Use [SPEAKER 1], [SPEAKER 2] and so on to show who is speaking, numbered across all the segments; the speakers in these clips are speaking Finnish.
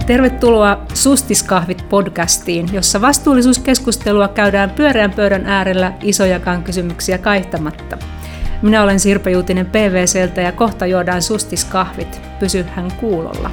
[SPEAKER 1] Tervetuloa Sustiskahvit-podcastiin, jossa vastuullisuuskeskustelua käydään pyöreän pöydän äärellä isojakaan kysymyksiä kaihtamatta. Minä olen Sirpa Juutinen PVC:ltä ja kohta juodaan Sustiskahvit. Pysyhän kuulolla.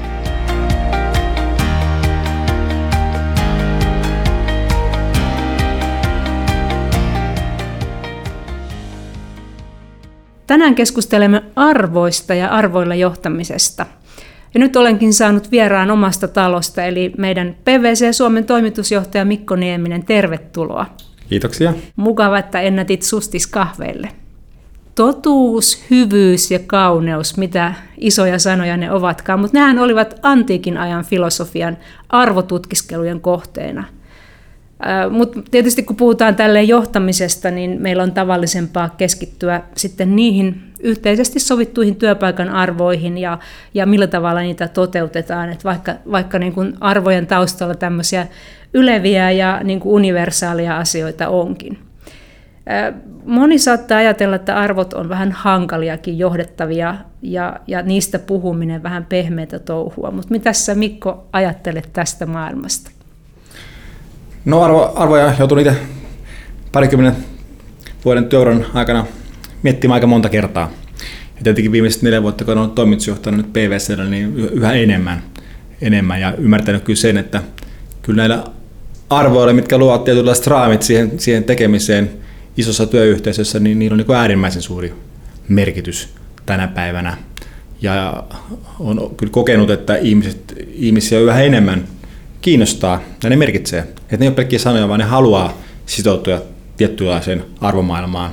[SPEAKER 1] Tänään keskustelemme arvoista ja arvoilla johtamisesta. Ja nyt olenkin saanut vieraan omasta talosta, eli meidän PVC Suomen toimitusjohtaja Mikko Nieminen. Tervetuloa.
[SPEAKER 2] Kiitoksia.
[SPEAKER 1] Mukava, että ennätit Sustiskahveille. Totuus, hyvyys ja kauneus, mitä isoja sanoja ne ovatkaan, mutta nehän olivat antiikin ajan filosofian arvotutkiskelujen kohteena. Mutta tietysti kun puhutaan tälleen johtamisesta, niin meillä on tavallisempaa keskittyä sitten niihin yhteisesti sovittuihin työpaikan arvoihin ja millä tavalla niitä toteutetaan. Et vaikka niin kuin arvojen taustalla tämmöisiä yleviä ja niin kuin universaalia asioita onkin. Moni saattaa ajatella, että arvot on vähän hankaliakin johdettavia ja niistä puhuminen vähän pehmeätä touhua. Mutta mitä sä, Mikko, ajattelet tästä maailmasta?
[SPEAKER 2] No arvoja joutuu itse parikymmenen vuoden työuran aikana miettimään aika monta kertaa. Ja tietenkin viimeiset 4 vuotta, kun olen ollut toimitusjohtajana nyt PVC:llä, niin yhä enemmän ja ymmärtänyt kyllä sen, että kyllä näillä arvoilla, mitkä luovat tietynlaiset raamit siihen tekemiseen isossa työyhteisössä, niin niillä on niin kuin äärimmäisen suuri merkitys tänä päivänä. Ja olen kyllä kokenut, että ihmisiä yhä enemmän kiinnostaa ja ne merkitsee. Että ne ei ole pelkkiä sanoja, vaan ne haluaa sitoutua tiettylaiseen arvomaailmaan.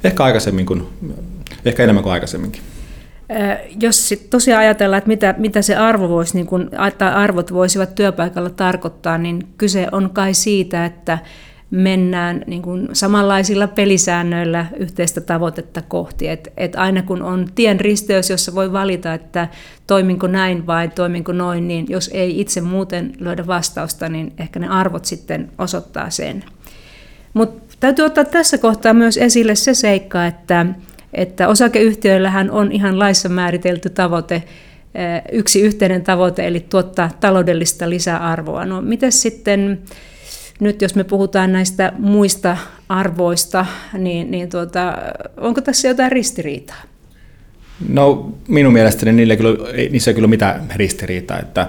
[SPEAKER 2] Ehkä enemmän kuin aikaisemminkin.
[SPEAKER 1] Jos sit tosiaan ajatellaan, että mitä se arvo voisi, niin kun, tai arvot voisivat työpaikalla tarkoittaa, niin kyse on kai siitä, että mennään niin kun samanlaisilla pelisäännöillä yhteistä tavoitetta kohti. Et aina kun on tien risteys, jossa voi valita, että toiminko näin vai toiminko noin, niin jos ei itse muuten löydä vastausta, niin ehkä ne arvot sitten osoittaa sen. Mutta täytyy ottaa tässä kohtaa myös esille se seikka, että osakeyhtiöillähän on ihan laissa määritelty tavoite, yksi yhteinen tavoite, eli tuottaa taloudellista lisäarvoa. No miten sitten nyt jos me puhutaan näistä muista arvoista, niin onko tässä jotain ristiriitaa?
[SPEAKER 2] No minun mielestäni niissä ei kyllä mitään ristiriitaa. Että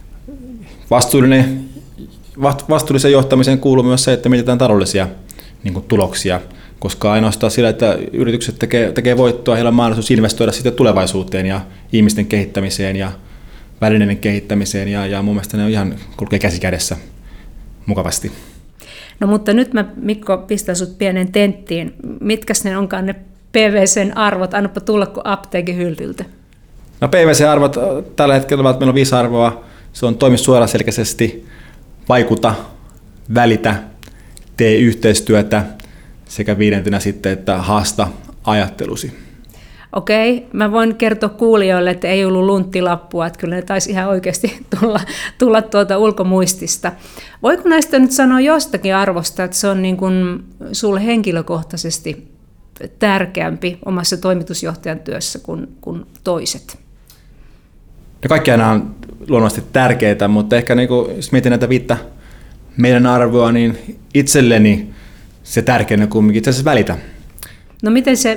[SPEAKER 2] vastuulliseen johtamiseen kuuluu myös se, että mietitään taloudellisia niin kuin tuloksia, koska ainoastaan sillä, että yritykset tekee voittoa, heillä on mahdollisuus investoida sitten tulevaisuuteen ja ihmisten kehittämiseen ja välineiden kehittämiseen ja mun mielestä ne on ihan kulkee käsi kädessä mukavasti.
[SPEAKER 1] No mutta nyt mä, Mikko, pistän sut pienen tenttiin. Mitkäs ne onkaan ne PVC:n arvot? Annapa tulla kuin apteekin hyllyltä.
[SPEAKER 2] No PVC-arvot tällä hetkellä ovat, meillä on 5 arvoa. Se on toimi suoraselkäisesti, vaikuta, välitä, tee yhteistyötä sekä 5. sitten, että haasta ajattelusi.
[SPEAKER 1] Okei, mä voin kertoa kuulijoille, että ei ollut lunttilappua, että kyllä ne taisi ihan oikeasti tulla tuolta ulkomuistista. Voiko näistä nyt sanoa jostakin arvosta, että se on niin kuin sulle henkilökohtaisesti tärkeämpi omassa toimitusjohtajan työssä kuin toiset?
[SPEAKER 2] No kaikki nämä on luonnollisesti tärkeitä, mutta ehkä niin kuin, jos mietin näitä 5 meidän arvoa, niin itselleni se tärkein on kumminkin itse asiassa välitä.
[SPEAKER 1] No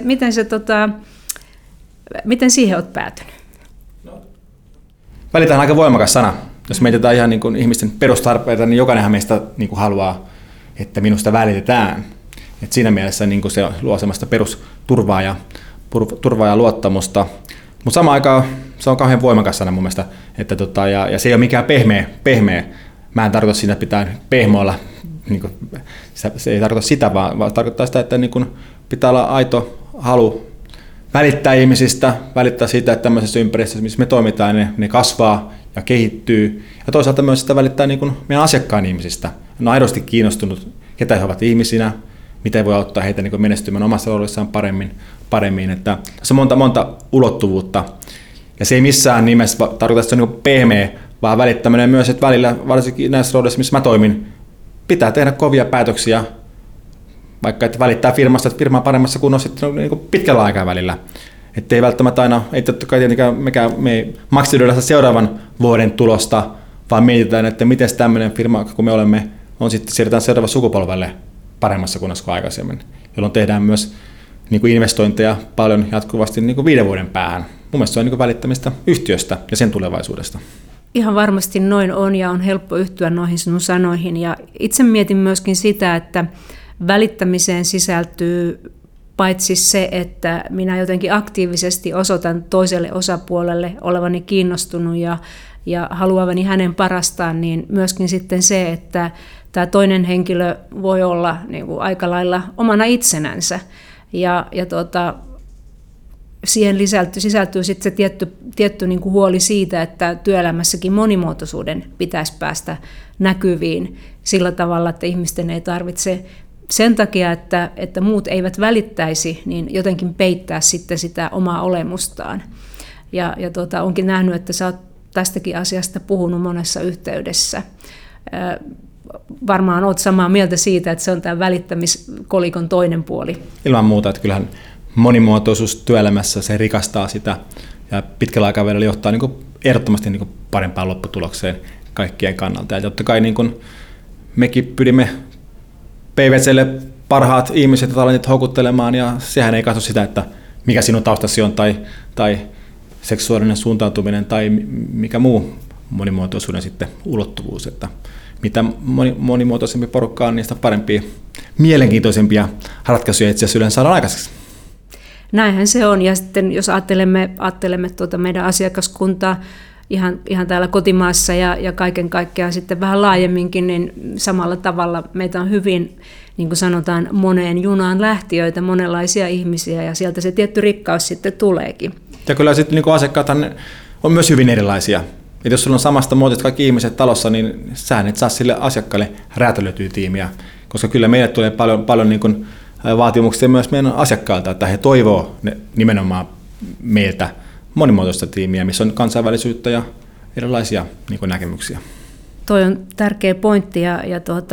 [SPEAKER 1] miten siihen olet päätynyt?
[SPEAKER 2] Välitä on aika voimakas sana. Jos mietitään ihan niin kuin ihmisten perustarpeita, niin jokainenhan meistä niin kuin haluaa, että minusta välitetään. Et siinä mielessä niin kuin se luo sellaista perusturvaa ja luottamusta. Mutta samaan aikaan se on kauhean voimakas sana mun mielestä. Että ja se ei ole mikään pehmeä. Mä en tarkoita siinä, että pitää pehmoilla. Niin kuin, se ei tarkoita sitä, vaan tarkoittaa sitä, että niin kuin pitää olla aito halu välittää ihmisistä, välittää siitä, että tämmöisessä ympäristössä, missä me toimitaan, ne kasvaa ja kehittyy. Ja toisaalta myös sitä välittää niin kuin meidän asiakkaan ihmisistä. Ne on aidosti kiinnostunut, ketä he ovat ihmisinä, miten voi auttaa heitä niin kuin menestymään omassa roolissaan paremmin. Että tässä on monta ulottuvuutta. Ja se ei missään nimessä tarkoita, että se on niin kuin pehmeä, vaan välittäminen myös, että välillä, varsinkin näissä roolissa, missä mä toimin, pitää tehdä kovia päätöksiä, vaikka että välittää firmasta, että firma on paremmassa kunnossa niin pitkällä aikavälillä. Että ei välttämättä aina, ei totta kai tietenkään me ei maksimoida seuraavan vuoden tulosta, vaan mietitään, että miten tämmöinen firma, kun me olemme, on sitten siirretään seuraava sukupolvelle paremmassa kunnossa kuin aikaisemmin, jolloin tehdään myös niin kuin investointeja paljon jatkuvasti niin kuin 5 vuoden päähän. Mun mielestä se on niin kuin välittämistä yhtiöstä ja sen tulevaisuudesta.
[SPEAKER 1] Ihan varmasti noin on ja on helppo yhtyä noihin sinun sanoihin. Ja itse mietin myöskin sitä, että välittämiseen sisältyy paitsi se, että minä jotenkin aktiivisesti osoitan toiselle osapuolelle olevani kiinnostunut ja haluavani hänen parastaan, niin myöskin sitten se, että tämä toinen henkilö voi olla niin kuin aika lailla omana itsenänsä. Ja siihen sisältyy sitten se tietty niin kuin huoli siitä, että työelämässäkin monimuotoisuuden pitäisi päästä näkyviin sillä tavalla, että ihmisten ei tarvitse sen takia, että muut eivät välittäisi, niin jotenkin peittää sitten sitä omaa olemustaan. Ja onkin nähnyt, että sä oot tästäkin asiasta puhunut monessa yhteydessä. Varmaan olet samaa mieltä siitä, että se on tämä välittämiskolikon toinen puoli.
[SPEAKER 2] Ilman muuta, että kyllähän monimuotoisuus työelämässä se rikastaa sitä ja pitkällä aikavälillä johtaa niin kuin ehdottomasti niin kuin parempaan lopputulokseen kaikkien kannalta. Ja totta kai niin kuin mekin pyrimme PwClle parhaat ihmiset ja talentit houkuttelemaan ja sehän ei katso sitä, että mikä sinun taustasi on tai seksuaalinen suuntautuminen tai mikä muu monimuotoisuuden sitten ulottuvuus. Että mitä monimuotoisempi porukka on, niistä parempia, mielenkiintoisempia ratkaisuja itse asiassa yleensä saadaan aikaiseksi.
[SPEAKER 1] Näinhän se on, ja sitten jos ajattelemme meidän asiakaskuntaa ihan täällä kotimaassa ja kaiken kaikkiaan sitten vähän laajemminkin, niin samalla tavalla meitä on hyvin, niin kuin sanotaan, moneen junaan lähtiöitä, monenlaisia ihmisiä, ja sieltä se tietty rikkaus sitten tuleekin. Ja
[SPEAKER 2] kyllä sitten niin asiakkaathan on myös hyvin erilaisia. Et jos sulla on samasta muotoista kaikki ihmiset talossa, niin sähän et saa sille asiakkaalle räätälöityä tiimiä, koska kyllä meille tulee paljon niin kuin vaatimuksia myös meidän asiakkailta, että he toivoo nimenomaan meiltä monimuotoista tiimiä, missä on kansainvälisyyttä ja erilaisia niin kuin näkemyksiä.
[SPEAKER 1] Toi on tärkeä pointti ja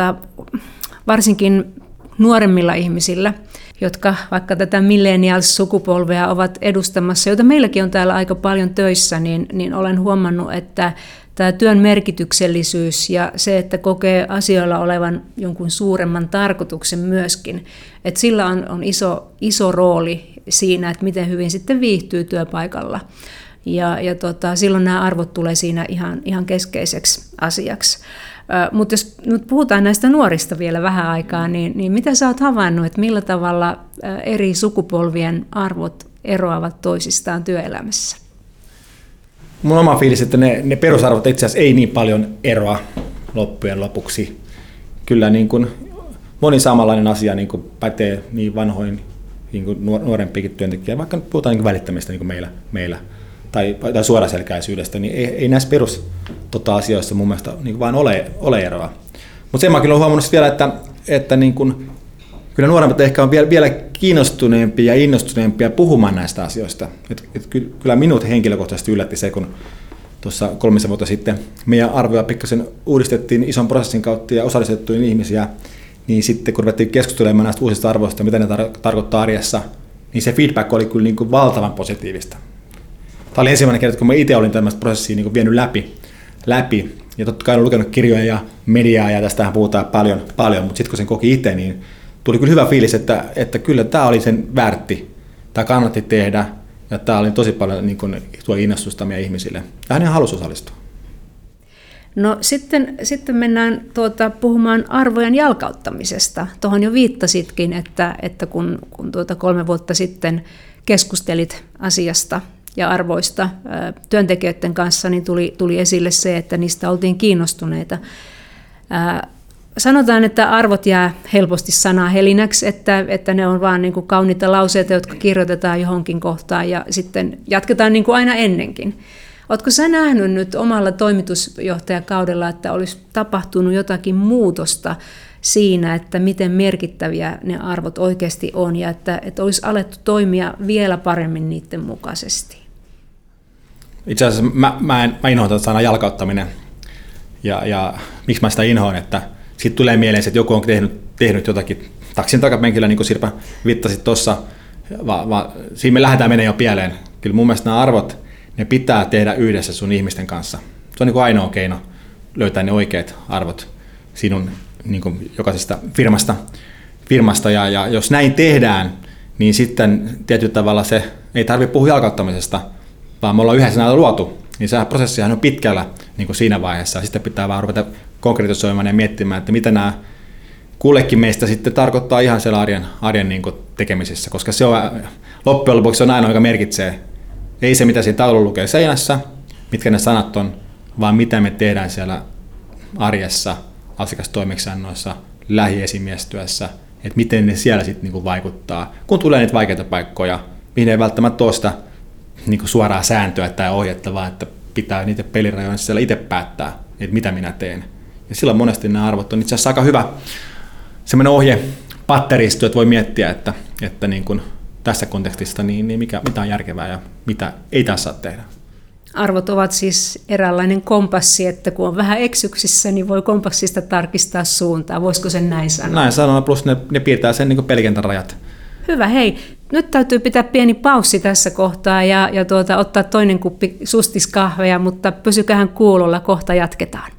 [SPEAKER 1] varsinkin nuoremmilla ihmisillä, jotka vaikka tätä millennials-sukupolvea ovat edustamassa, joita meilläkin on täällä aika paljon töissä, niin olen huomannut, että tämä työn merkityksellisyys ja se, että kokee asioilla olevan jonkun suuremman tarkoituksen myöskin, että sillä on iso rooli siinä, että miten hyvin sitten viihtyy työpaikalla. Ja silloin nämä arvot tulee siinä ihan keskeiseksi asiaksi. Mutta jos nyt puhutaan näistä nuorista vielä vähän aikaa, niin mitä sä oot havainnut, että millä tavalla eri sukupolvien arvot eroavat toisistaan työelämässä?
[SPEAKER 2] Mun oma fiilis, että ne perusarvot itse asiassa ei niin paljon eroa loppujen lopuksi. Kyllä niin kuin moni samanlainen asia niin kuin pätee niin vanhoin niin kuin nuorempiakin työntekijä, vaikka nyt puhutaan niin kuin välittämistä niin kuin meillä tai suoraselkäisyydestä, niin ei näissä asioissa mun mielestä niin vaan ole eroa. Mutta sen mä kyllä olen huomannut vielä, että niin kuin, kyllä nuoremmat ehkä on vielä kiinnostuneempia ja innostuneempia puhumaan näistä asioista. Kyllä minut henkilökohtaisesti yllätti se, kun tuossa 3 vuotta sitten meidän arvoja pikkasen uudistettiin ison prosessin kautta ja osallistettuin ihmisiä, niin sitten kun ruvettiin keskustelemaan näistä uusista arvoista, mitä ne tarkoittaa arjessa, niin se feedback oli kyllä niin kuin valtavan positiivista. Tämä oli ensimmäinen kerta, kun mä itse olin tämmöistä prosessia niin kuin vienyt läpi. Ja totta kai olen lukenut kirjoja ja mediaa, ja tästähän puhutaan paljon, mutta sitten kun sen koki itse, niin tuli kyllä hyvä fiilis, että kyllä tämä oli sen väärti. Tämä kannatti tehdä, ja tämä oli tosi paljon niin kuin, tuo innostusta meidän ihmisille. Tähän ihan halusi osallistua.
[SPEAKER 1] No sitten mennään puhumaan arvojen jalkauttamisesta. Tuohon jo viittasitkin, että kun 3 vuotta sitten keskustelit asiasta ja arvoista työntekijöiden kanssa, niin tuli esille se, että niistä oltiin kiinnostuneita. Sanotaan, että arvot jää helposti sanahelinäksi, että ne on vaan niin kuin kauniita lauseita, jotka kirjoitetaan johonkin kohtaan ja sitten jatketaan niin kuin aina ennenkin. Oletko sä nähnyt nyt omalla toimitusjohtajakaudella, että olisi tapahtunut jotakin muutosta siinä, että miten merkittäviä ne arvot oikeasti on ja että olisi alettu toimia vielä paremmin niiden mukaisesti?
[SPEAKER 2] Itse asiassa mä inhoan tätä sanaa jalkauttaminen ja miksi mä sitä inhoan, että siitä tulee mieleen, että joku on tehnyt jotakin taksin takapenkillä, niin kuin Sirpa viittasi tuossa, vaan siinä me lähdetään menemään jo pieleen. Kyllä mun mielestä nämä arvot, ne pitää tehdä yhdessä sun ihmisten kanssa. Se on niin kuin ainoa keino löytää ne oikeat arvot sinun niin kuin jokaisesta firmasta ja jos näin tehdään, niin sitten tietyllä tavalla se ei tarvitse puhua jalkauttamisesta, vaan me ollaan yhdessä näitä luotu, niin se prosessihan on pitkällä niin kuin siinä vaiheessa. Sitten pitää vaan ruveta konkretisoimaan ja miettimään, että mitä nämä kullekin meistä sitten tarkoittaa ihan siellä arjen niin kuin tekemisessä, koska se on, loppujen lopuksi on aina, joka merkitsee, ei se mitä siinä taulu lukee seinässä, mitkä ne sanat on, vaan mitä me tehdään siellä arjessa, asiakastoimeksiannoissa, lähiesimiestyössä, että miten ne siellä sitten niin kuin vaikuttaa, kun tulee niitä vaikeita paikkoja, mihin ei välttämättä ole sitä niin kuin suoraa sääntöä tai ohjetta, vaan että pitää niitä pelirajoja siellä itse päättää, että mitä minä teen. Ja silloin monesti nämä arvot on itse asiassa aika hyvä semmoinen ohje patteristo, että voi miettiä, että niin kuin tässä kontekstissa niin mitä on järkevää ja mitä ei taas saa tehdä.
[SPEAKER 1] Arvot ovat siis eräänlainen kompassi, että kun on vähän eksyksissä, niin voi kompassista tarkistaa suuntaa. Voisiko sen näin sanoa?
[SPEAKER 2] Näin sanoa, plus ne piirtää sen niin pelikentän rajat.
[SPEAKER 1] Hyvä, hei. Nyt täytyy pitää pieni paussi tässä kohtaa ja ottaa toinen kuppi sustiskahveja, mutta pysyköhän kuulolla, kohta jatketaan.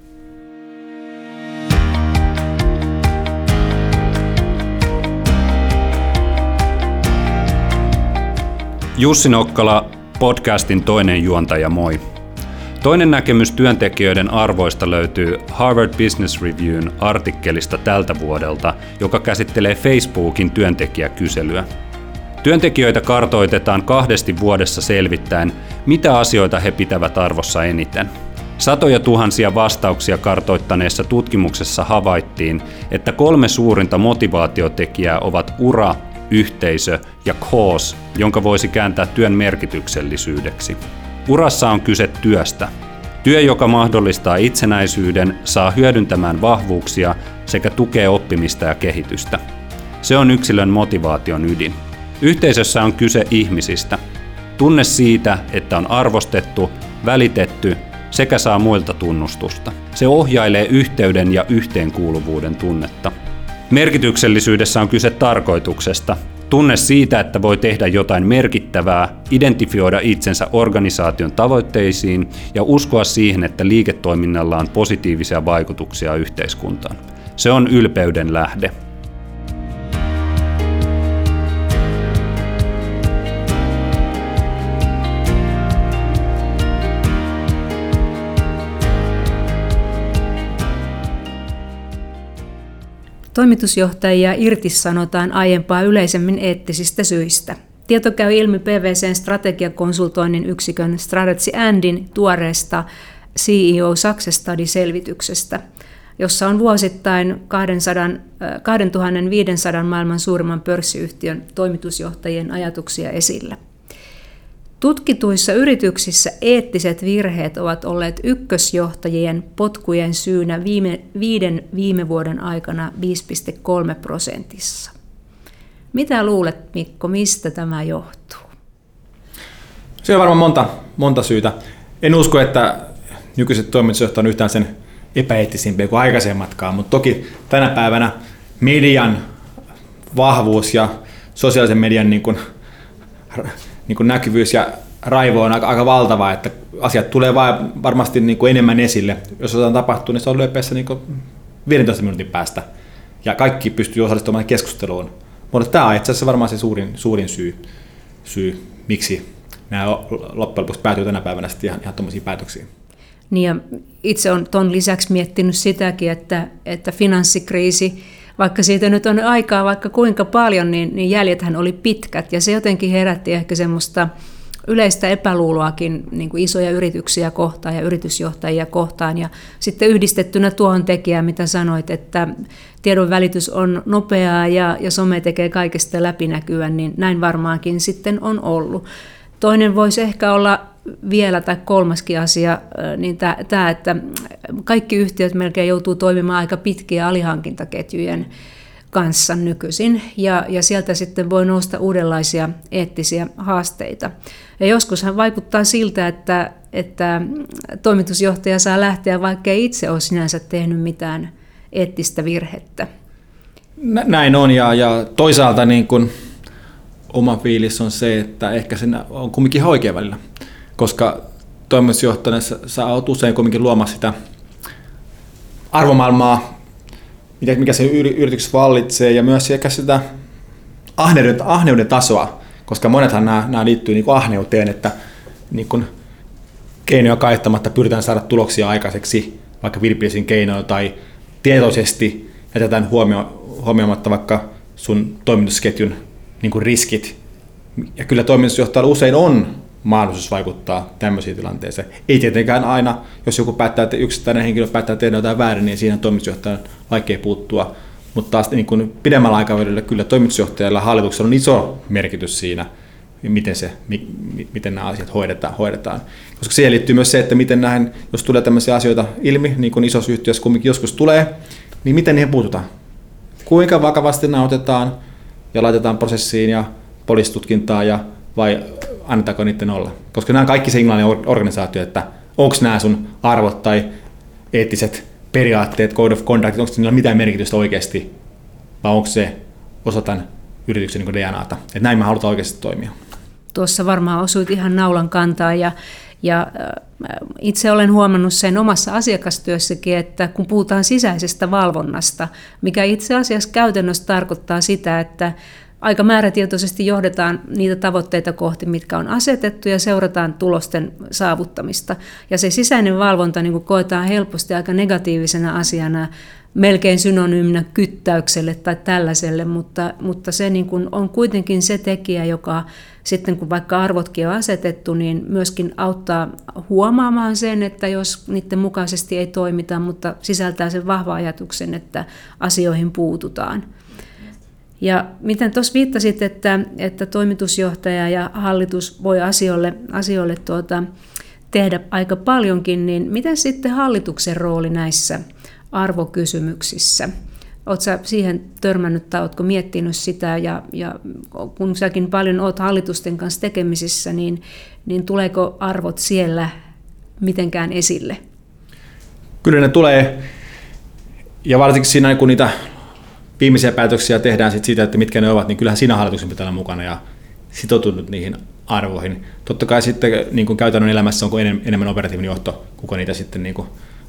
[SPEAKER 3] Jussi Nokkala, podcastin toinen juontaja, moi. Toinen näkemys työntekijöiden arvoista löytyy Harvard Business Reviewn artikkelista tältä vuodelta, joka käsittelee Facebookin työntekijäkyselyä. Työntekijöitä kartoitetaan 2 vuodessa selvittäen, mitä asioita he pitävät arvossa eniten. Satoja tuhansia vastauksia kartoittaneessa tutkimuksessa havaittiin, että 3 suurinta motivaatiotekijää ovat ura, yhteisö ja cause, jonka voisi kääntää työn merkityksellisyydeksi. Urassa on kyse työstä. Työ, joka mahdollistaa itsenäisyyden, saa hyödyntämään vahvuuksia sekä tukee oppimista ja kehitystä. Se on yksilön motivaation ydin. Yhteisössä on kyse ihmisistä. Tunne siitä, että on arvostettu, välitetty sekä saa muilta tunnustusta. Se ohjailee yhteyden ja yhteenkuuluvuuden tunnetta. Merkityksellisyydessä on kyse tarkoituksesta. Tunne siitä, että voi tehdä jotain merkittävää, identifioida itsensä organisaation tavoitteisiin ja uskoa siihen, että liiketoiminnalla on positiivisia vaikutuksia yhteiskuntaan. Se on ylpeyden lähde.
[SPEAKER 1] Toimitusjohtajia irtisanotaan aiempaa yleisemmin eettisistä syistä. Tieto käy ilmi PwC:n strategiakonsultoinnin yksikön Strategy Andin tuoreesta CEO Success Study-selvityksestä, jossa on vuosittain 2500 maailman suurimman pörssiyhtiön toimitusjohtajien ajatuksia esillä. Tutkituissa yrityksissä eettiset virheet ovat olleet ykkösjohtajien potkujen syynä viime vuoden aikana 5,3%. Mitä luulet, Mikko, mistä tämä johtuu?
[SPEAKER 2] Se on varmaan monta syytä. En usko, että nykyiset toimitusjohtajat on yhtään sen epäeettisimpiä kuin aikaisemmatkaan, mutta toki tänä päivänä median vahvuus ja sosiaalisen median niin kuin näkyvyys ja raivo on aika valtava, että asiat tulee varmasti niin kuin enemmän esille. Jos jotain tapahtuu, niin se on lööpeessä niin 15 minuutin päästä ja kaikki pystyy osallistumaan keskusteluun. Mutta tämä on itse asiassa varmaan se suurin syy, miksi nämä loppujen lopuksi päätyy tänä päivänä sitten ihan tuommoisiin päätöksiin.
[SPEAKER 1] Niin ja itse olen tuon lisäksi miettinyt sitäkin, että finanssikriisi, vaikka siitä nyt on aikaa vaikka kuinka paljon, niin jäljethän oli pitkät ja se jotenkin herätti ehkä semmoista yleistä epäluuloakin niin kuin isoja yrityksiä kohtaan ja yritysjohtajia kohtaan. Ja sitten yhdistettynä tuohon tekijään, mitä sanoit, että tiedon välitys on nopeaa ja some tekee kaikesta läpinäkyvän, niin näin varmaankin sitten on ollut. Toinen voisi ehkä olla vielä, tai kolmaskin asia, niin tämä, että kaikki yhtiöt melkein joutuu toimimaan aika pitkiä alihankintaketjujen kanssa nykyisin, ja sieltä sitten voi nousta uudenlaisia eettisiä haasteita. Ja joskushan vaikuttaa siltä, että toimitusjohtaja saa lähteä, vaikka ei itse ole sinänsä tehnyt mitään eettistä virhettä.
[SPEAKER 2] Näin on, ja toisaalta niin kun oma fiilis on se, että ehkä se on kumminkin oikein välillä, koska toimitusjohtajana sä oot usein kumminkin luomassa sitä arvomaailmaa, mikä se yrityksessä vallitsee, ja myös ehkä sitä ahneuden tasoa, koska monethan nämä liittyy niin kuin ahneuteen, että niin kuin keinoja kaihtamatta pyritään saada tuloksia aikaiseksi, vaikka vilpillisin keinoin tai tietoisesti jätetään huomioimatta vaikka sun toimitusketjun niin kuin riskit. Ja kyllä toimitusjohtajalla usein on mahdollisuus vaikuttaa tämmöisiin tilanteeseen. Ei tietenkään aina, jos joku päättää, että yksittäinen henkilö päättää tehdä jotain väärin, niin siinä toimitusjohtajan vaikea puuttua. Mutta taas niin kuin pidemmällä aikavälillä kyllä toimitusjohtajalla ja hallituksella on iso merkitys siinä, miten nämä asiat hoidetaan. Koska siihen liittyy myös se, että miten jos tulee tämmöisiä asioita ilmi, niin kuin isossa yhtiössä kumminkin joskus tulee, niin miten niihin puututaan. Kuinka vakavasti nämä otetaan ja laitetaan prosessiin ja poliisitutkintaan vai annetaanko niiden olla. Koska nämä on kaikki signaalinen organisaatio, että onko nämä sun arvot tai eettiset periaatteet, code of conduct, onko niillä mitään merkitystä oikeasti, vai onko se osa tämän yrityksen niin DNAta. Että näin me halutaan oikeasti toimia.
[SPEAKER 1] Tuossa varmaan osuit ihan naulan kantaan ja itse olen huomannut sen omassa asiakastyössäkin, että kun puhutaan sisäisestä valvonnasta, mikä itse asiassa käytännössä tarkoittaa sitä, että aika määrätietoisesti johdetaan niitä tavoitteita kohti, mitkä on asetettu ja seurataan tulosten saavuttamista. Ja se sisäinen valvonta niin kuin koetaan helposti aika negatiivisena asiana, melkein synonyyminä kyttäykselle tai tällaiselle, mutta se niin kuin on kuitenkin se tekijä, joka sitten kun vaikka arvotkin on asetettu, niin myöskin auttaa huomaamaan sen, että jos niiden mukaisesti ei toimita, mutta sisältää sen vahva ajatuksen, että asioihin puututaan. Ja miten tuossa viittasit, että toimitusjohtaja ja hallitus voi asioille tehdä aika paljonkin, niin miten sitten hallituksen rooli näissä arvokysymyksissä? Oletko sä siihen törmännyt tai oletko miettinyt sitä ja kun säkin paljon olet hallitusten kanssa tekemisissä, niin tuleeko arvot siellä mitenkään esille?
[SPEAKER 2] Kyllä ne tulee ja varsinkin siinä kun niitä viimeisiä päätöksiä tehdään siitä, että mitkä ne ovat, niin kyllähän siinä hallituksen pitää olla mukana ja sitoutunut niihin arvoihin. Totta kai sitten niin kuin käytännön elämässä onko enemmän operatiivinen johto, kuka niitä sitten niin kuin,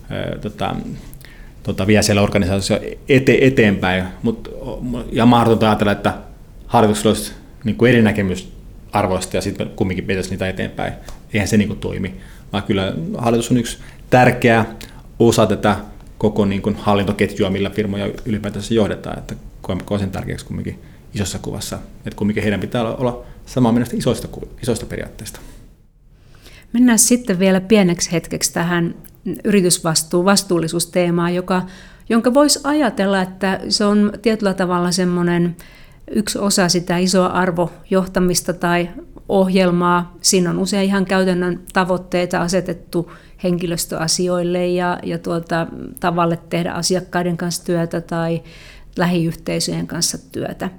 [SPEAKER 2] vie siellä organisaatiossa eteenpäin. Ja mahdotonta ajatella, että hallituksella olisi niin kuin eri näkemys arvoista ja sitten kumminkin pitäisi niitä eteenpäin. Eihän se niin kuin toimi, vaan kyllä hallitus on yksi tärkeä osa tätä koko niin kuin hallintoketjua, millä firmoja ylipäätänsä johdetaan, että koen sen tärkeäksi kumminkin isossa kuvassa, että kumminkin heidän pitää olla samaa mieltä isoista periaatteista.
[SPEAKER 1] Mennään sitten vielä pieneksi hetkeksi tähän vastuullisuusteemaan, jonka voisi ajatella, että se on tietyllä tavalla semmoinen yksi osa sitä isoa arvojohtamista tai ohjelmaa. Siinä on usein ihan käytännön tavoitteita asetettu henkilöstöasioille ja tavalle tehdä asiakkaiden kanssa työtä tai lähiyhteisöjen kanssa työtä.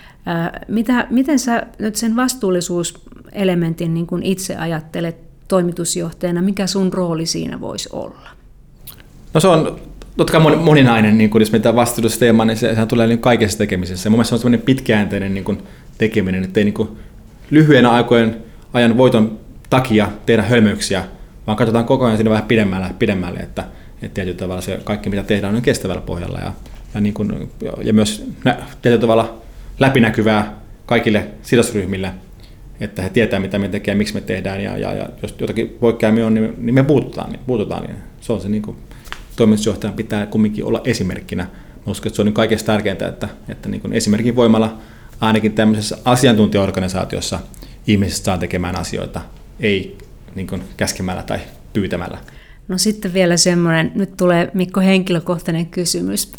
[SPEAKER 1] Miten sä nyt sen vastuullisuuselementin niin kun itse ajattelet toimitusjohtajana, mikä sun rooli siinä voisi olla?
[SPEAKER 2] No se on totta kai moninainen, niin kun jos mietitään vastuullisuusteemaa, niin sehän tulee niin kaikessa tekemisessä. Ja mun mielestä se on semmoinen pitkäjänteinen niin kun tekeminen, ettei niin kun lyhyen ajan voiton takia tehdä hölmöyksiä, vaan katsotaan koko ajan siinä vähän pidemmälle että tietyllä tavalla se kaikki mitä tehdään on kestävällä pohjalla ja myös tietyllä tavalla läpinäkyvää kaikille sidosryhmille, että he tietää mitä me tekee, miksi me tehdään ja jos jotakin poikkeamia on, niin me puututaan. Niin se on se niin kuin, toimitusjohtajan pitää kumminkin olla esimerkkinä. Mä uskon, että se on niin kaikesta tärkeintä, että niin kuin esimerkin voimalla ainakin tämmöisessä asiantuntijaorganisaatiossa ihmiset saa tekemään asioita, ei niin kuin käskemällä tai pyytämällä.
[SPEAKER 1] No sitten vielä semmoinen, nyt tulee Mikko henkilökohtainen kysymys.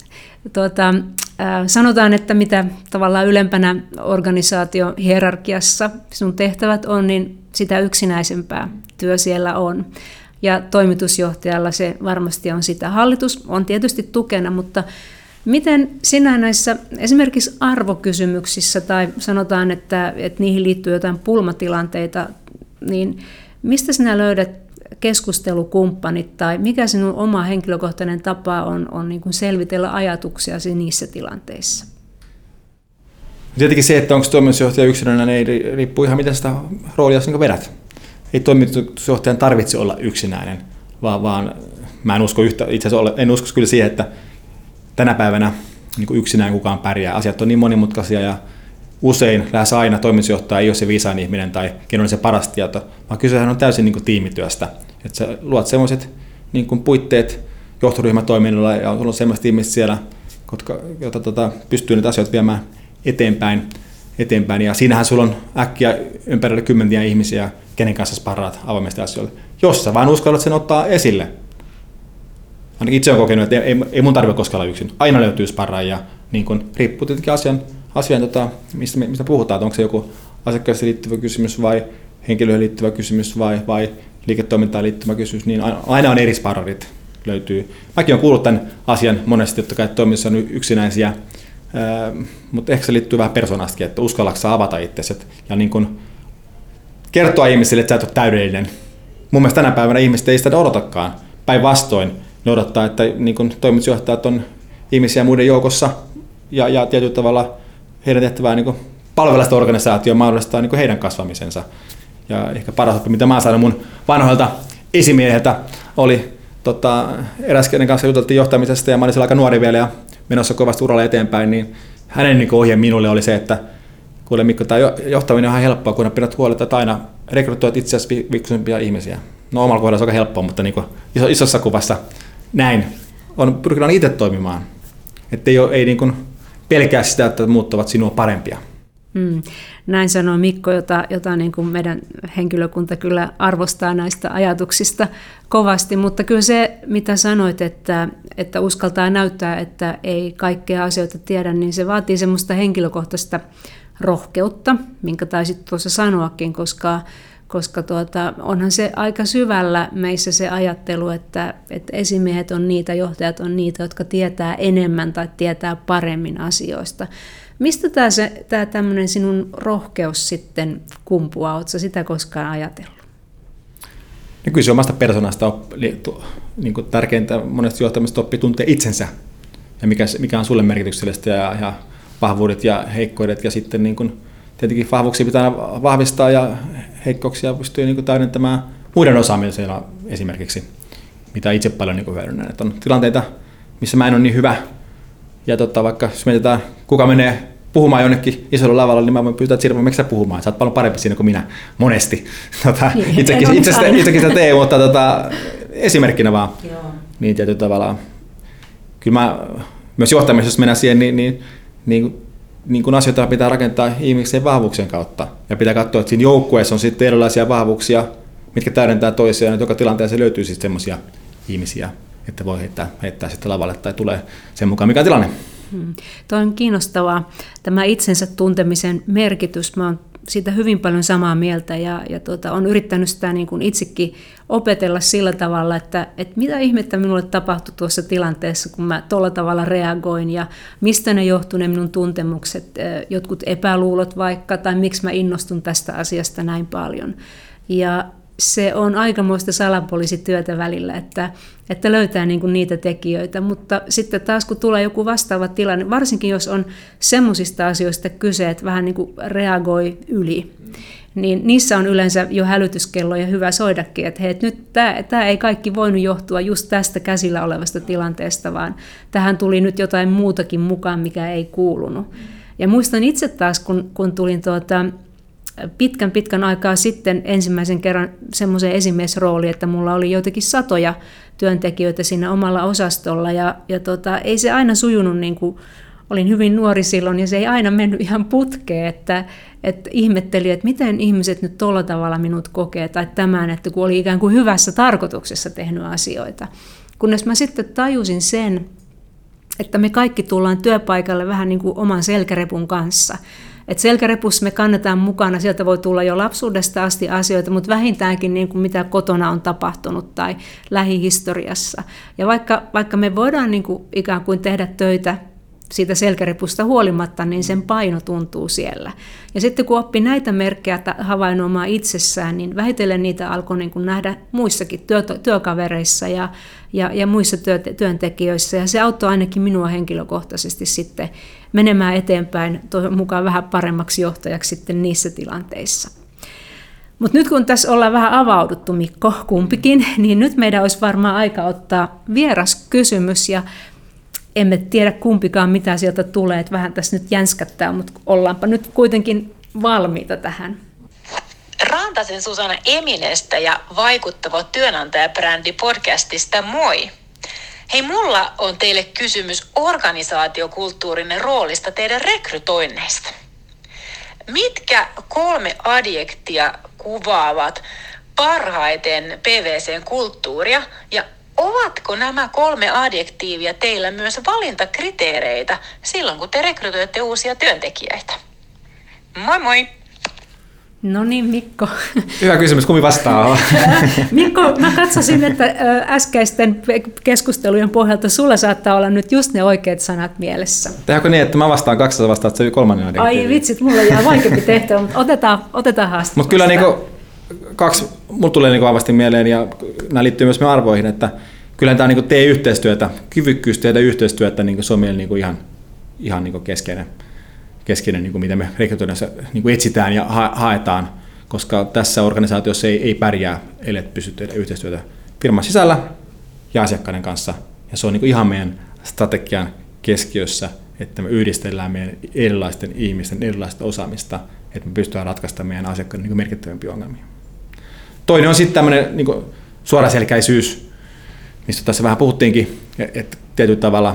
[SPEAKER 1] Sanotaan, että mitä tavallaan ylempänä organisaatiohierarkiassa sun tehtävät on, niin sitä yksinäisempää työ siellä on. Ja toimitusjohtajalla se varmasti on sitä. Hallitus on tietysti tukena, mutta miten sinä näissä esimerkiksi arvokysymyksissä tai sanotaan, että niihin liittyy jotain pulmatilanteita, niin mistä sinä löydät keskustelukumppanit tai mikä sinun oma henkilökohtainen tapa on niin kuin selvitellä ajatuksiasi niissä tilanteissa?
[SPEAKER 2] Tietenkin se, että onko toimitusjohtaja yksilönä, ei riippuu ihan miten sitä roolia niin vedät. Ei toimitusjohtajan tarvitse olla yksinäinen, vaan mä en usko itse asiassa en usko kyllä siihen, että tänä päivänä niin kuin yksinään kukaan pärjää. Asiat on niin monimutkaisia ja usein, lähes aina toimitusjohtaja ei ole se viisain ihminen tai kenellä on se paras tieto, vaan kysehän on täysin niin kuin tiimityöstä. Että sä luot sellaiset niin kuin puitteet johtoryhmätoiminnalla ja on sellaiset ihmiset siellä, jotka pystyy niitä asioita viemään eteenpäin. Ja siinähän sulla on äkkiä ympärillä kymmeniä ihmisiä, kenen kanssa sparraat avoimesti asioille. Jos sä vaan uskallat sen ottaa esille. Ainakin itse olen kokenut, että ei mun tarvitse koskaan olla yksin. Aina löytyy sparraajia, niin kun riippuu tietenkin asian mistä puhutaan. Että onko se joku asiakkaaseen liittyvä kysymys vai henkilöön liittyvä kysymys vai liiketoimintaan liittyvä kysymys, niin aina on eri sparrarit löytyy. Mäkin olen kuullut tämän asian monesti, että toimissa on yksinäisiä, mutta ehkä se liittyy vähän persoonastakin, että uskallatko avata itsesi ja niin kun kertoa ihmisille, että sä et ole täydellinen. Mun mielestä tänä päivänä ihmiset ei sitä odotakaan. Päinvastoin ne odottaa, että niin kun toimitusjohtajat on ihmisiä muiden joukossa ja tietyllä tavalla heidän tehtävää niin palvella sitä organisaatioon mahdollistaa niin heidän kasvamisensa. Ja ehkä paras oppi, mitä mä oon saanut mun vanhoilta esimieheltä, oli eräs kenen kanssa juteltiin johtamisesta ja mä olin siellä aika nuori vielä ja menossa kovasti uralle eteenpäin, niin hänen niin ohje minulle oli se, että kuule Mikko, tämä johtaminen on ihan helppoa, kun pidät huolta, että aina rekrytoit itse asiassa viksuimpia ihmisiä. No omalla kohdalla se on aika helppoa, mutta niin isossa kuvassa näin pyrkitään itse toimimaan. Että ei niin kuin pelkää sitä, että muut ovat sinua parempia.
[SPEAKER 1] Näin sanoo Mikko, jota niin kuin meidän henkilökunta kyllä arvostaa näistä ajatuksista kovasti, mutta kyllä se, mitä sanoit, että uskaltaa näyttää, että ei kaikkea asioita tiedä, niin se vaatii semmoista henkilökohtaista rohkeutta, minkä taisit tuossa sanoakin, koska onhan se aika syvällä meissä se ajattelu, että esimiehet on niitä, johtajat on niitä, jotka tietää enemmän tai tietää paremmin asioista. Mistä tämä tämmöinen sinun rohkeus sitten kumpuaa? Oletko sitä koskaan ajatellut?
[SPEAKER 2] No kyllä se omasta persoonasta niin kuin tärkeintä monesti johtamista oppii tuntea itsensä ja mikä on sulle merkityksellistä ja vahvuudet ja heikkoudet ja sitten niin kuin, tietenkin vahvuuksia pitää vahvistaa ja heikkouksia pystyy niin kuin täydentämään muiden osaamisella esimerkiksi, mitä itse paljon niin kuin hyödynnän. Että on tilanteita, missä mä en ole niin hyvä ja vaikka jos mietitään, kuka menee puhumaan jonnekin isolla lavalla, niin mä voin pyytää, että Sirpa, miksi sä puhumaan? Sä oot paljon parempi siinä kuin minä, monesti. Itsekin sitä tee, mutta esimerkkinä vaan. Joo. Niin tietyllä tavalla. Kyllä mä myös johtamisessa, jos mennään siihen, niin kun asioita pitää rakentaa ihmisen vahvuuksien kautta. Ja pitää katsoa, että siinä joukkueessa on sitten erilaisia vahvuuksia, mitkä täydentää toisiaan, ja joka tilanteessa löytyy sitten semmoisia ihmisiä, että voi heittää sitten lavalle tai tulee sen mukaan, mikä on tilanne.
[SPEAKER 1] Tuo on kiinnostavaa. Tämä itsensä tuntemisen merkitys, mä oon siitä hyvin paljon samaa mieltä ja olen yrittänyt sitä niin kuin itsekin opetella sillä tavalla, että mitä ihmettä minulle tapahtui tuossa tilanteessa, kun mä tuolla tavalla reagoin ja mistä ne johtuu ne minun tuntemukset, jotkut epäluulot vaikka, tai miksi mä innostun tästä asiasta näin paljon. Ja se on aikamoista salapoliisityötä välillä, että löytää niinku niitä tekijöitä, mutta sitten taas kun tulee joku vastaava tilanne, varsinkin jos on semmoisista asioista kyse, että vähän niin kuin reagoi yli, niin niissä on yleensä jo hälytyskelloja hyvä soidakin, että hei, nyt tämä ei kaikki voinut johtua just tästä käsillä olevasta tilanteesta, vaan tähän tuli nyt jotain muutakin mukaan, mikä ei kuulunut. Ja muistan itse taas, kun tulin pitkän aikaa sitten ensimmäisen kerran semmoiseen esimiesrooliin, että mulla oli joitakin satoja työntekijöitä siinä omalla osastolla ja ei se aina sujunut, niin kuin olin hyvin nuori silloin ja se ei aina mennyt ihan putkeen, että ihmetteli, että miten ihmiset nyt tuolla tavalla minut kokee tai tämän, että kun oli ikään kuin hyvässä tarkoituksessa tehnyt asioita. Kunnes mä sitten tajusin sen, että me kaikki tullaan työpaikalle vähän niin kuin oman selkärepun kanssa. Että selkärepussa me kannetaan mukana, sieltä voi tulla jo lapsuudesta asti asioita, mutta vähintäänkin niin kuin mitä kotona on tapahtunut tai lähihistoriassa. Ja vaikka me voidaan niin kuin ikään kuin tehdä töitä siitä selkärepusta huolimatta, niin sen paino tuntuu siellä. Ja sitten kun oppi näitä merkkejä havainnoimaan itsessään, niin vähitellen niitä alkoi niin kuin nähdä muissakin työkavereissa ja muissa työntekijöissä. Ja se auttoi ainakin minua henkilökohtaisesti sitten menemään eteenpäin, mukaan vähän paremmaksi johtajaksi sitten niissä tilanteissa. Mutta nyt kun tässä ollaan vähän avauduttu, Mikko, kumpikin, niin nyt meidän olisi varmaan aika ottaa vieras kysymys, ja emme tiedä kumpikaan, mitä sieltä tulee, että vähän tässä nyt jänskättää, mutta ollaanpa nyt kuitenkin valmiita tähän.
[SPEAKER 4] Rantasen Susanna Eminestä ja Vaikuttava työnantajabrändi podcastista moi! Hei, mulla on teille kysymys organisaatiokulttuurinen roolista teidän rekrytoinneista. Mitkä 3 adjektia kuvaavat parhaiten PwC:n kulttuuria ja ovatko nämä 3 adjektiivia teillä myös valintakriteereitä silloin, kun te rekrytoitte uusia työntekijöitä? Moi moi!
[SPEAKER 1] No niin, Mikko.
[SPEAKER 2] Hyvä kysymys, kumpi vastaa?
[SPEAKER 1] Mikko, mä katsoisin, että äskeisten keskustelujen pohjalta sulla saattaa olla nyt just ne oikeat sanat mielessä.
[SPEAKER 2] Tehdäänkö niin, että mä vastaan 2, sä vastaat se 3. adjektiivi?
[SPEAKER 1] Ai vitsit, mulla jää vaikeampi tehtävä, mutta otetaan haaste.
[SPEAKER 2] Mutta kyllä niinku, 2, mulla tulee niinku vahvasti mieleen, ja nämä liittyy myös meidän arvoihin, että kyllä tämä niinku tee yhteistyötä, kyvykkyys tehdä yhteistyötä, niin se on meillä niinku ihan niinku keskeinen, niin kuin mitä me rekrytoinnissa niin kuin etsitään ja haetaan, koska tässä organisaatiossa ei pärjää, ellei pysty tehdä yhteistyötä firman sisällä ja asiakkaiden kanssa. Ja se on niin kuin ihan meidän strategian keskiössä, että me yhdistellään meidän erilaisten ihmisten erilaista osaamista, että me pystytään ratkaistamaan meidän asiakkaiden niin kuin merkittävämpiä ongelmia. Toinen on sitten tämmöinen niin kuin suoraselkäisyys, mistä tässä vähän puhuttiinkin, että tietyllä tavalla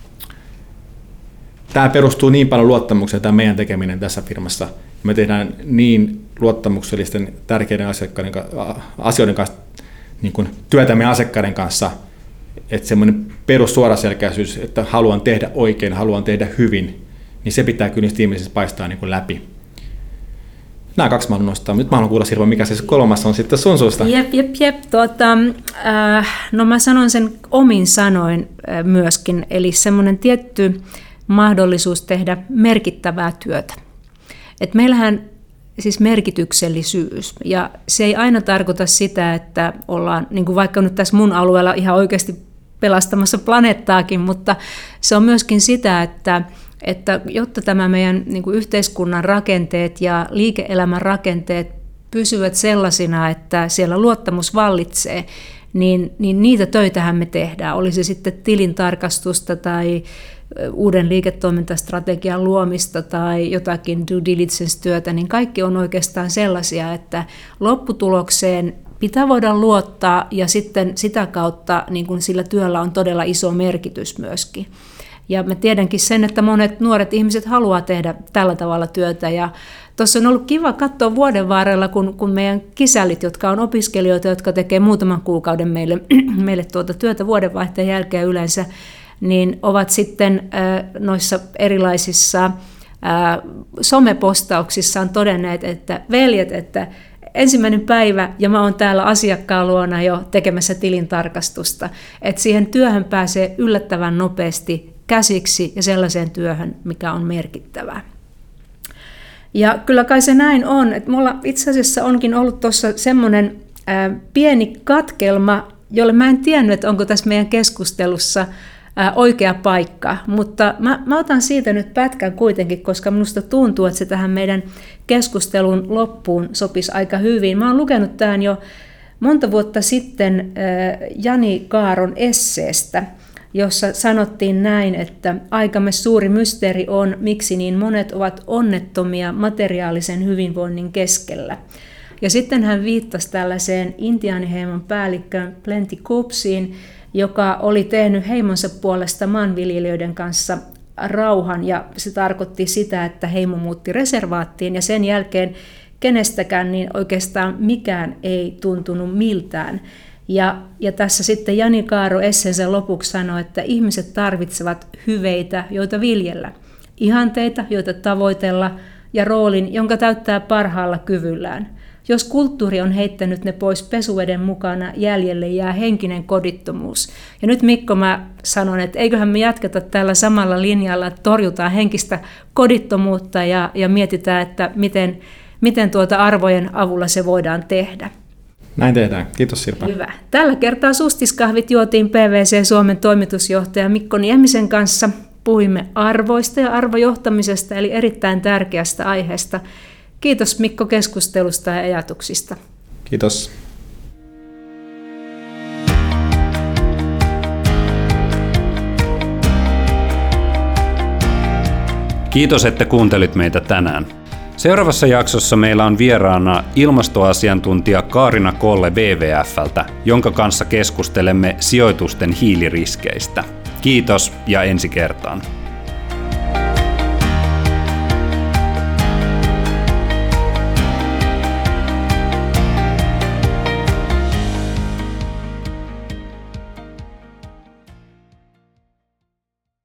[SPEAKER 2] tämä perustuu niin paljon luottamukseen, tämä meidän tekeminen tässä firmassa. Me tehdään niin luottamuksellisten tärkeiden asioiden kanssa niin kuin työtä meidän asiakkaiden kanssa, että semmoinen perussuoraselkäisyys, että haluan tehdä oikein, haluan tehdä hyvin, niin se pitää kyllä niistä ihmisistä paistaa niin kuin läpi. Nämä 2 mä haluan nostaa. Nyt mä haluan kuulla, Sirpa, mikä se 3. on sitten sun suusta.
[SPEAKER 1] Jep. No mä sanon sen omin sanoin myöskin, eli semmoinen tietty mahdollisuus tehdä merkittävää työtä. Et meillähän siis merkityksellisyys, ja se ei aina tarkoita sitä, että ollaan, niin kuin vaikka nyt tässä mun alueella ihan oikeasti pelastamassa planeettaakin, mutta se on myöskin sitä, että jotta tämä meidän niin kuin yhteiskunnan rakenteet ja liike-elämän rakenteet pysyvät sellaisina, että siellä luottamus vallitsee, niin niitä töitähän me tehdään. Oli se sitten tilintarkastusta tai uuden liiketoimintastrategian luomista tai jotakin due diligence-työtä, niin kaikki on oikeastaan sellaisia, että lopputulokseen pitää voida luottaa ja sitten sitä kautta niin kun sillä työllä on todella iso merkitys myöskin. Ja mä tiedänkin sen, että monet nuoret ihmiset haluaa tehdä tällä tavalla työtä, ja tuossa on ollut kiva katsoa vuoden varrella, kun meidän kisällit, jotka on opiskelijoita, jotka tekee muutaman kuukauden meille työtä vuodenvaihteen jälkeen yleensä, niin ovat sitten noissa erilaisissa somepostauksissaan todenneet, että veljet, että ensimmäinen päivä ja mä oon täällä asiakkaan luona jo tekemässä tilintarkastusta, että siihen työhön pääsee yllättävän nopeasti käsiksi ja sellaiseen työhön, mikä on merkittävää. Ja kyllä kai se näin on, että mulla itse asiassa onkin ollut tuossa semmoinen pieni katkelma, jolle mä en tiennyt, että onko tässä meidän keskustelussa oikea paikka, mutta mä otan siitä nyt pätkän kuitenkin, koska minusta tuntuu, että se tähän meidän keskustelun loppuun sopisi aika hyvin. Mä oon lukenut tämän jo monta vuotta sitten Jani Kaaron esseestä, jossa sanottiin näin, että aikamme suuri mysteeri on, miksi niin monet ovat onnettomia materiaalisen hyvinvoinnin keskellä. Ja sitten hän viittasi tällaiseen intiaaniheimon päällikköön Plenty Couppsiin, joka oli tehnyt heimonsa puolesta maanviljelijöiden kanssa rauhan, ja se tarkoitti sitä, että heimo muutti reservaattiin, ja sen jälkeen kenestäkään niin oikeastaan mikään ei tuntunut miltään. Ja tässä sitten Jani Kaaro esseensä lopuksi sanoi, että ihmiset tarvitsevat hyveitä, joita viljellä, ihanteita, joita tavoitella, ja roolin, jonka täyttää parhaalla kyvyllään. Jos kulttuuri on heittänyt ne pois pesuveden mukana, jäljelle jää henkinen kodittomuus. Ja nyt Mikko, mä sanon, että eiköhän me jatketa tällä samalla linjalla, että torjutaan henkistä kodittomuutta ja mietitään, että miten arvojen avulla se voidaan tehdä.
[SPEAKER 2] Näin tehdään. Kiitos, Sirpa.
[SPEAKER 1] Hyvä. Tällä kertaa sustiskahvit juotiin PwC Suomen toimitusjohtaja Mikko Niemisen kanssa. Puhuimme arvoista ja arvojohtamisesta, eli erittäin tärkeästä aiheesta. Kiitos Mikko keskustelusta ja ajatuksista.
[SPEAKER 2] Kiitos.
[SPEAKER 3] Kiitos, että kuuntelit meitä tänään. Seuraavassa jaksossa meillä on vieraana ilmastoasiantuntija Kaarina Kolle WWF:ltä, jonka kanssa keskustelemme sijoitusten hiiliriskeistä. Kiitos ja ensi kertaan.